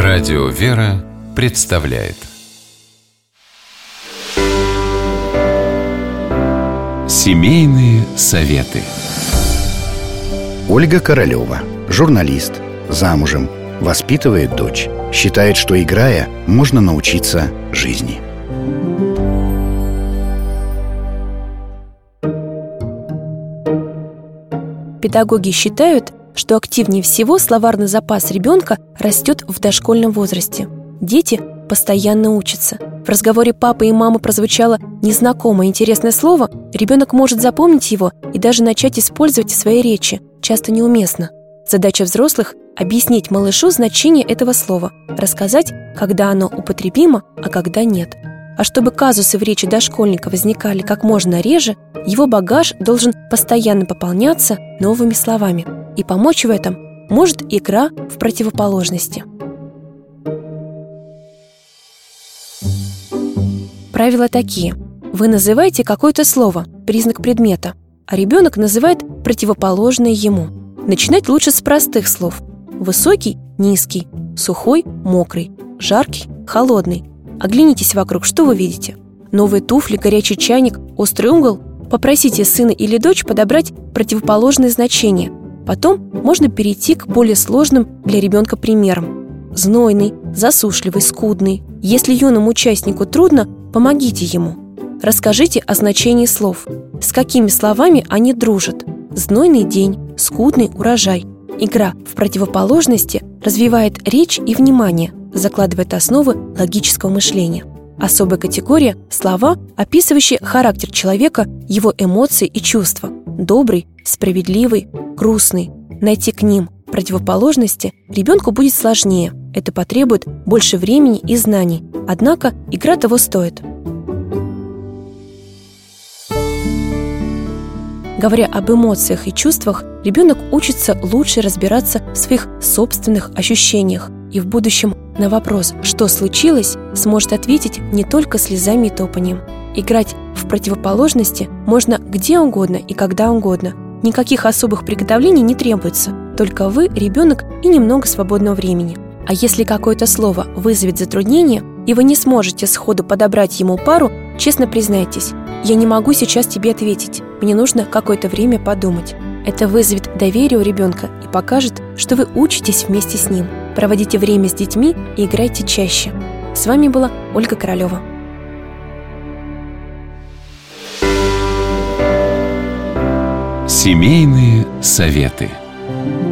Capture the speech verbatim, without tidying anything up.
Радио «Вера» представляет Семейные советы. Ольга Королева, журналист, замужем, воспитывает дочь. Считает, что, играя, можно научиться жизни. Педагоги считают, что активнее всего словарный запас ребенка растет в дошкольном возрасте. Дети постоянно учатся. В разговоре папы и мамы прозвучало незнакомое интересное слово, ребенок может запомнить его и даже начать использовать в своей речи, часто неуместно. Задача взрослых – объяснить малышу значение этого слова, рассказать, когда оно употребимо, а когда нет. А чтобы казусы в речи дошкольника возникали как можно реже, его багаж должен постоянно пополняться новыми словами. И помочь в этом может игра в противоположности. Правила такие. Вы называете какое-то слово, признак предмета, а ребенок называет противоположное ему. Начинать лучше с простых слов. Высокий – низкий, сухой – мокрый, жаркий – холодный. Оглянитесь вокруг, что вы видите? Новые туфли, горячий чайник, острый угол? Попросите сына или дочь подобрать противоположные значения. Потом можно перейти к более сложным для ребенка примерам. Знойный, засушливый, скудный. Если юному участнику трудно, помогите ему. Расскажите о значении слов. С какими словами они дружат? Знойный день, скудный урожай. Игра в противоположности развивает речь и внимание, закладывает основы логического мышления. Особая категория – слова, описывающие характер человека, его эмоции и чувства. Добрый, справедливый, грустный. Найти к ним противоположности ребенку будет сложнее. Это потребует больше времени и знаний. Однако игра того стоит. Говоря об эмоциях и чувствах, ребенок учится лучше разбираться в своих собственных ощущениях и в будущем на вопрос «что случилось?» сможет ответить не только слезами и топанием. Играть в противоположности можно где угодно и когда угодно. Никаких особых приготовлений не требуется, только вы, ребенок и немного свободного времени. А если какое-то слово вызовет затруднение, и вы не сможете сходу подобрать ему пару, честно признайтесь: «Я не могу сейчас тебе ответить, мне нужно какое-то время подумать». Это вызовет доверие у ребенка и покажет, что вы учитесь вместе с ним. Проводите время с детьми и играйте чаще. С вами была Ольга Королева. Семейные советы.